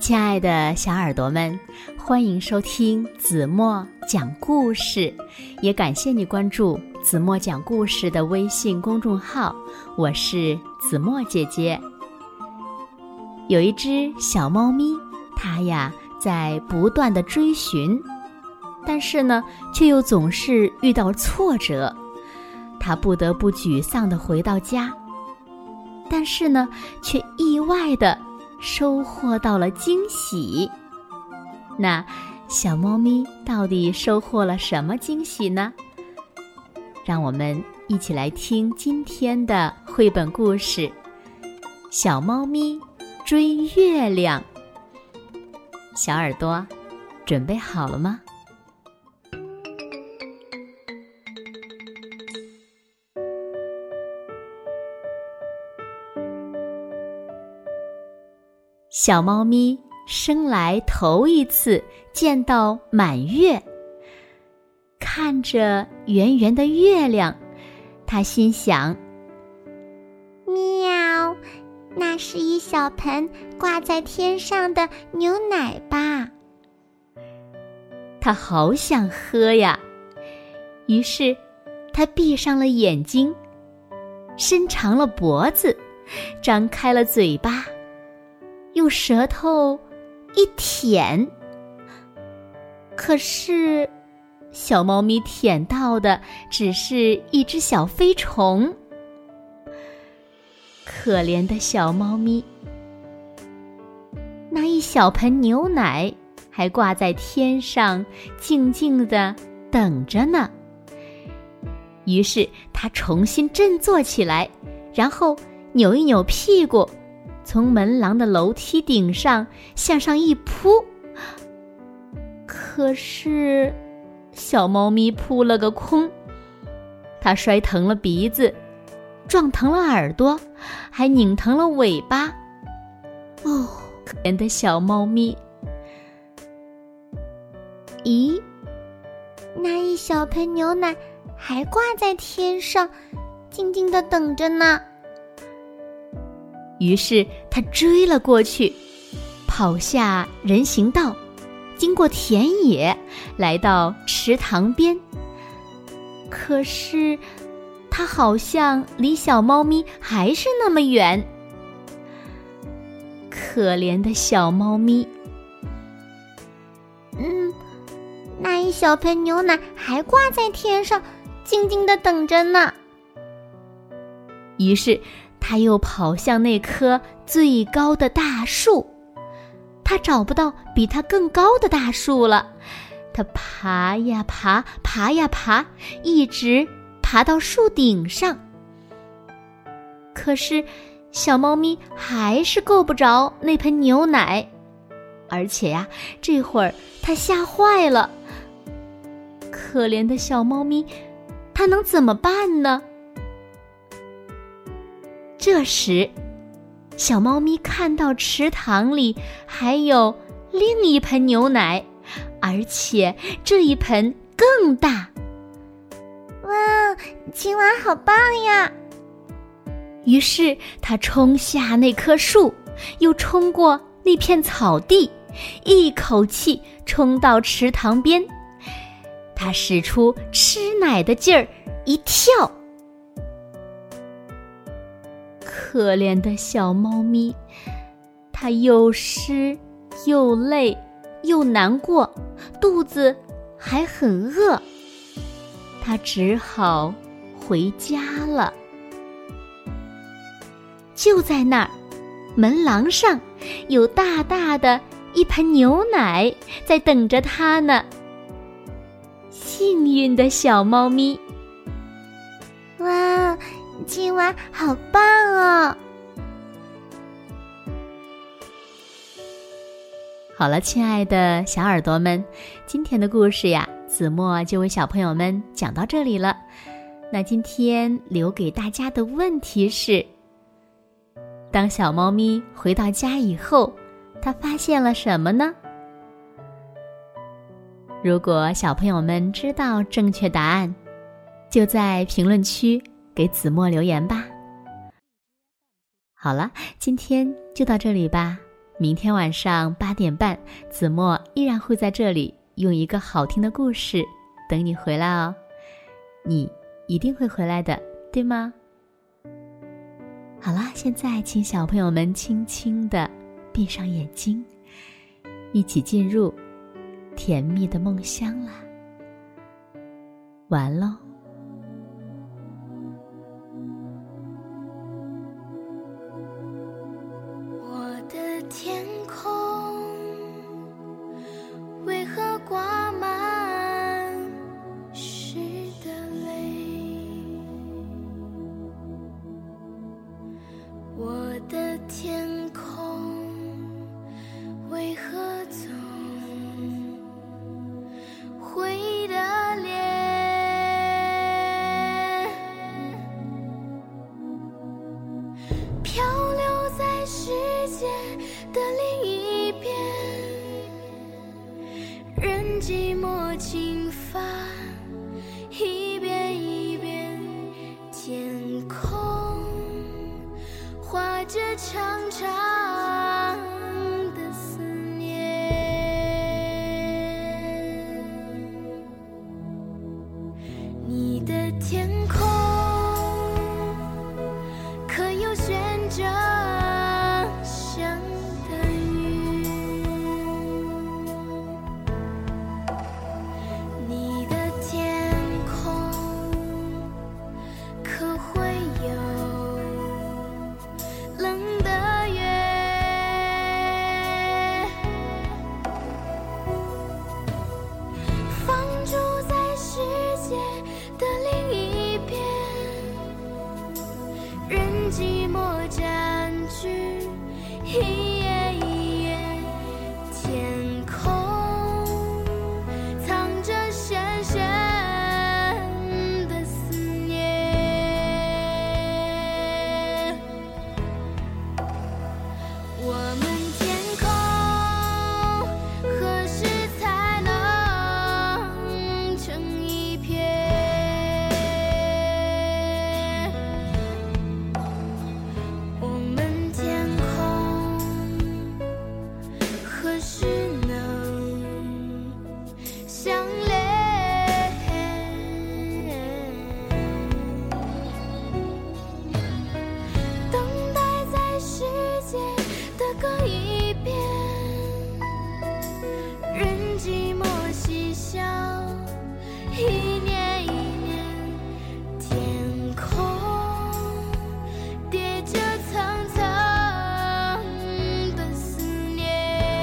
亲爱的小耳朵们，欢迎收听子墨讲故事，也感谢你关注子墨讲故事的微信公众号，我是子墨姐姐。有一只小猫咪，它呀在不断地追寻，但是呢却又总是遇到挫折，它不得不沮丧地回到家，但是呢却意外地收获到了惊喜。那小猫咪到底收获了什么惊喜呢？让我们一起来听今天的绘本故事《小猫咪追月亮》。小耳朵准备好了吗？小猫咪生来头一次见到满月，看着圆圆的月亮，它心想： 喵，那是一小盆挂在天上的牛奶吧？ 它好想喝呀，于是它闭上了眼睛，伸长了脖子，张开了嘴巴，用舌头一舔，可是小猫咪舔到的只是一只小飞虫。可怜的小猫咪，那一小盆牛奶还挂在天上，静静地等着呢。于是它重新振作起来，然后扭一扭屁股，从门廊的楼梯顶上向上一扑，可是小猫咪扑了个空，它摔疼了鼻子，撞疼了耳朵，还拧疼了尾巴。哦，可怜的小猫咪！ 咦，那一小盆牛奶还挂在天上，静静地等着呢。 于是他追了过去，跑下人行道，经过田野，来到池塘边。可是他好像离小猫咪还是那么远。可怜的小猫咪！ 那一小盆牛奶还挂在天上，静静地等着呢。 于是他又跑向那棵最高的大树，他找不到比它更高的大树了。他爬呀爬，爬呀爬，一直爬到树顶上。可是小猫咪还是够不着那盆牛奶，而且呀，这会儿它吓坏了。可怜的小猫咪，它能怎么办呢？这时，小猫咪看到池塘里还有另一盆牛奶，而且这一盆更大。 哇，青蛙好棒呀！ 于是它冲下那棵树，又冲过那片草地，一口气冲到池塘边。它使出吃奶的劲儿，一跳。可怜的小猫咪，它又湿又累又难过，肚子还很饿，它只好回家了。就在那儿，门廊上有大大的一盆牛奶在等着它呢。幸运的小猫咪！ 哇，青蛙好棒哦！ 好了，亲爱的小耳朵们，今天的故事呀，子墨就为小朋友们讲到这里了。那今天留给大家的问题是：当小猫咪回到家以后，它发现了什么呢？如果小朋友们知道正确答案，就在评论区给子墨留言吧。好了，今天就到这里吧， 明天晚上8点半，子墨依然会在这里用一个好听的故事等你回来哦。你一定会回来的，对吗？好啦，现在请小朋友们轻轻地闭上眼睛，一起进入甜蜜的梦乡啦。晚安喽。 我的天空为何挂满湿的泪？我的天空为何总灰的脸？漂流在世界的另一边，任寂寞侵犯，一遍一遍，天空画着长长的思念。你的天空可有悬着香的云？你的天空可会有冷的月？放逐在世界的另一边，任寂寞占据一夜一夜，天空藏着深深的思念。我们天空何时才能成一片？我们天空何时能相连？等待在世界的各一边，任寂寞嬉笑，一年一年，天空叠着层层的思念。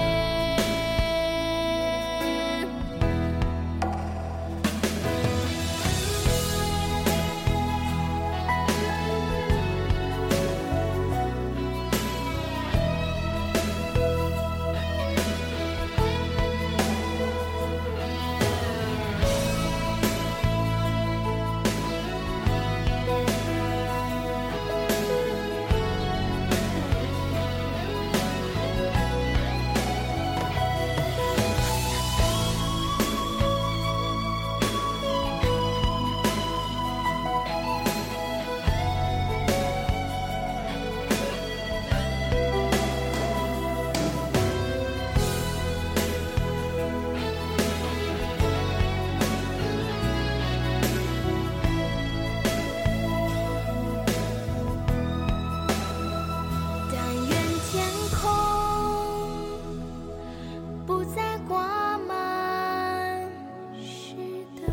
但愿天空不再挂满湿的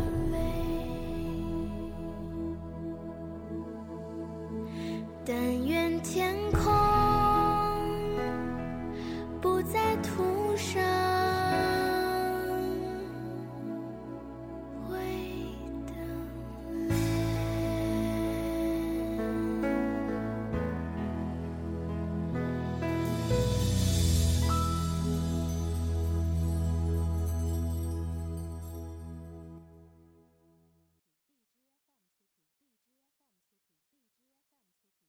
泪，但愿天